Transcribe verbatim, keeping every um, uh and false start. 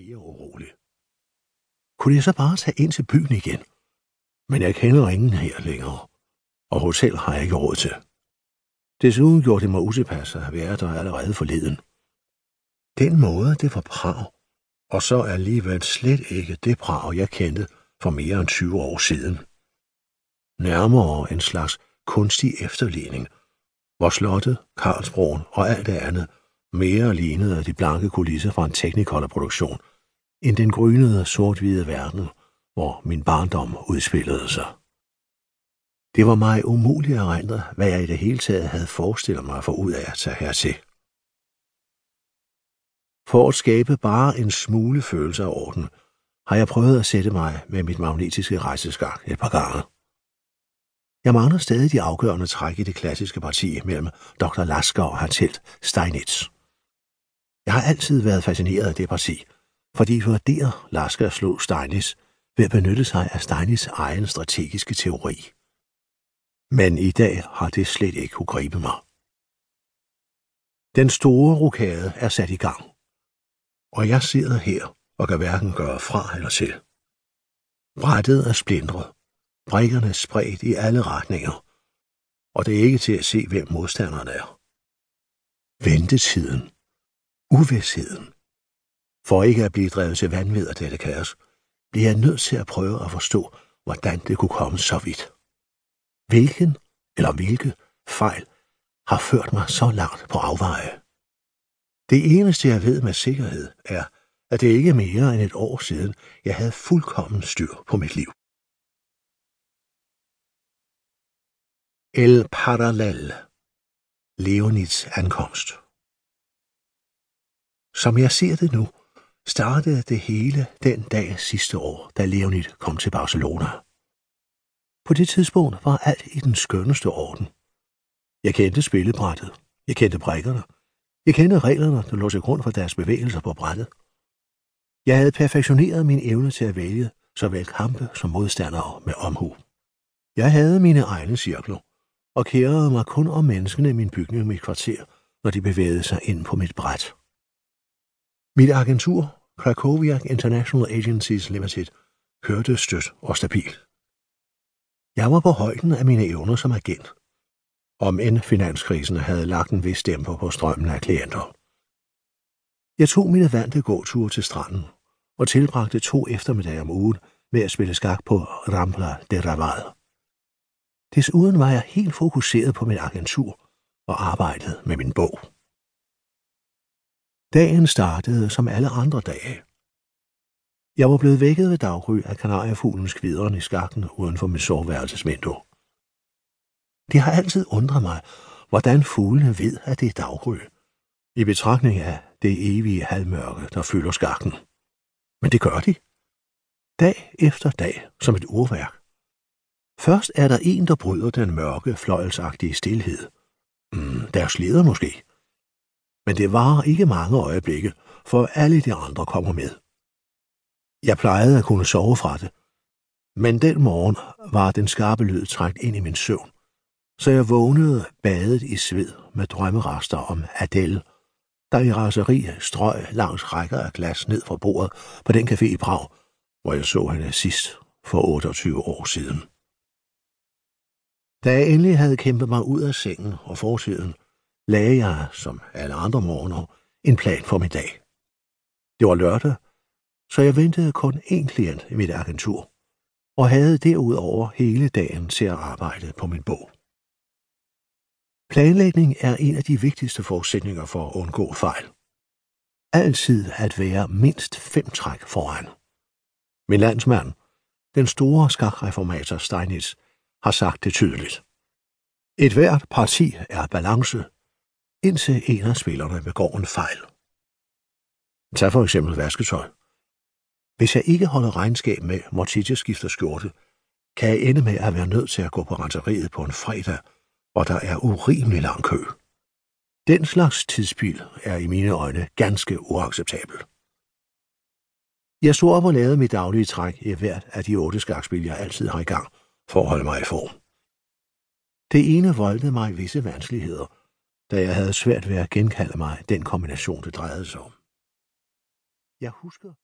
mere urolig. Kunne jeg så bare tage ind til byen igen? Men jeg kender ingen her længere, og hotel har jeg ikke råd til. Desuden gjorde det mig utilpas at være der allerede forleden. Den måde, det var Prag, og så alligevel slet ikke det Prag, jeg kendte for mere end tyve år siden. Nærmere en slags kunstig efterligning, hvor slottet, Karlsbroen og alt det andet mere lignede de blanke kulisser fra en Technicolor-produktion, end den grynede sort-hvide verden, hvor min barndom udspillede sig. Det var mig umuligt at erindre, hvad jeg i det hele taget havde forestillet mig for ud af at tage hertil. For at skabe bare en smule følelse af orden, har jeg prøvet at sætte mig med mit magnetiske rejseskak et par gange. Jeg mangler stadig de afgørende træk i det klassiske parti mellem doktor Lasker og hans helt Steinitz. Jeg har altid været fascineret af det parti, fordi det var der Lasker slog Steinitz ved at benytte sig af Steinitz' egen strategiske teori. Men i dag har det slet ikke kunne gribe mig. Den store rokade er sat i gang, og jeg sidder her og kan hverken gøre fra eller til. Brættet er splintret, brikkerne spredt i alle retninger, og det er ikke til at se, hvem modstanderen er. Ventetiden, uvidsheden. For ikke at blive drevet til vanvid af dette kaos, bliver jeg nødt til at prøve at forstå, hvordan det kunne komme så vidt. Hvilken eller hvilke fejl har ført mig så langt på afveje? Det eneste, jeg ved med sikkerhed, er, at det ikke er mere end et år siden, jeg havde fuldkommen styr på mit liv. El Parallel. Leonids ankomst. Som jeg ser det nu, startede det hele den dag sidste år, da Leonid kom til Barcelona. På det tidspunkt var alt i den skønneste orden. Jeg kendte spillebrættet, jeg kendte brikkerne, jeg kendte reglerne, der lå til grund for deres bevægelser på brættet. Jeg havde perfektioneret min evne til at vælge såvel kampe som modstandere med omhu. Jeg havde mine egne cirkler, og kærede mig kun om menneskene i min bygning og mit kvarter, når de bevægede sig ind på mit bræt. Mit agentur, Krakowiak International Agencies Limited, kørte støt og stabilt. Jeg var på højden af mine evner som agent, om end finanskrisen havde lagt en vis dæmper på strømmen af klienter. Jeg tog mine vante gåture til stranden og tilbragte to eftermiddage om ugen med at spille skak på Rambla de Raval. Desuden var jeg helt fokuseret på mit agentur og arbejdede med min bog. Dagen startede som alle andre dage. Jeg var blevet vækket ved daggry af kanariefuglens kvidren i skakken uden for mit soveværelsesvindue. Det har altid undret mig, hvordan fuglene ved, at det er daggry, i betragtning af det evige halvmørke, der fylder skakken. Men det gør de. Dag efter dag, som et urværk. Først er der en, der bryder den mørke, fløjelsagtige stilhed. Mm, deres leder måske. Men det varer ikke mange øjeblikke, for alle de andre kommer med. Jeg plejede at kunne sove fra det, men den morgen var den skarpe lyd trængt ind i min søvn, så jeg vågnede badet i sved med drømmerester om Adele, der i raseri strøg langs rækker af glas ned fra bordet på den café i Prag, hvor jeg så hende sidst for otteogtyve år siden. Da jeg endelig havde kæmpet mig ud af sengen og fortiden, lagde jeg, som alle andre morgener, en plan for min dag. Det var lørdag, så jeg ventede kun én klient i mit agentur, og havde derudover hele dagen til at arbejde på min bog. Planlægning er en af de vigtigste forudsætninger for at undgå fejl. Altid at være mindst fem træk foran. Min landsmand, den store skakreformator Steinitz, har sagt det tydeligt. Et hvert parti er balance, indtil en af spillerne begår en fejl. Tag for eksempel vasketøj. Hvis jeg ikke holder regnskab med, hvor tit jeg skifter skjorte, kan jeg ende med at være nødt til at gå på renteriet på en fredag, hvor der er urimelig lang kø. Den slags tidsspil er i mine øjne ganske uacceptabel. Jeg stod op og lavede mit daglige træk i hvert af de otte skakspil, jeg altid har i gang, for at holde mig i form. Det ene voldte mig visse vanskeligheder, da jeg havde svært ved at genkalde mig den kombination, det drejede sig om. Jeg husker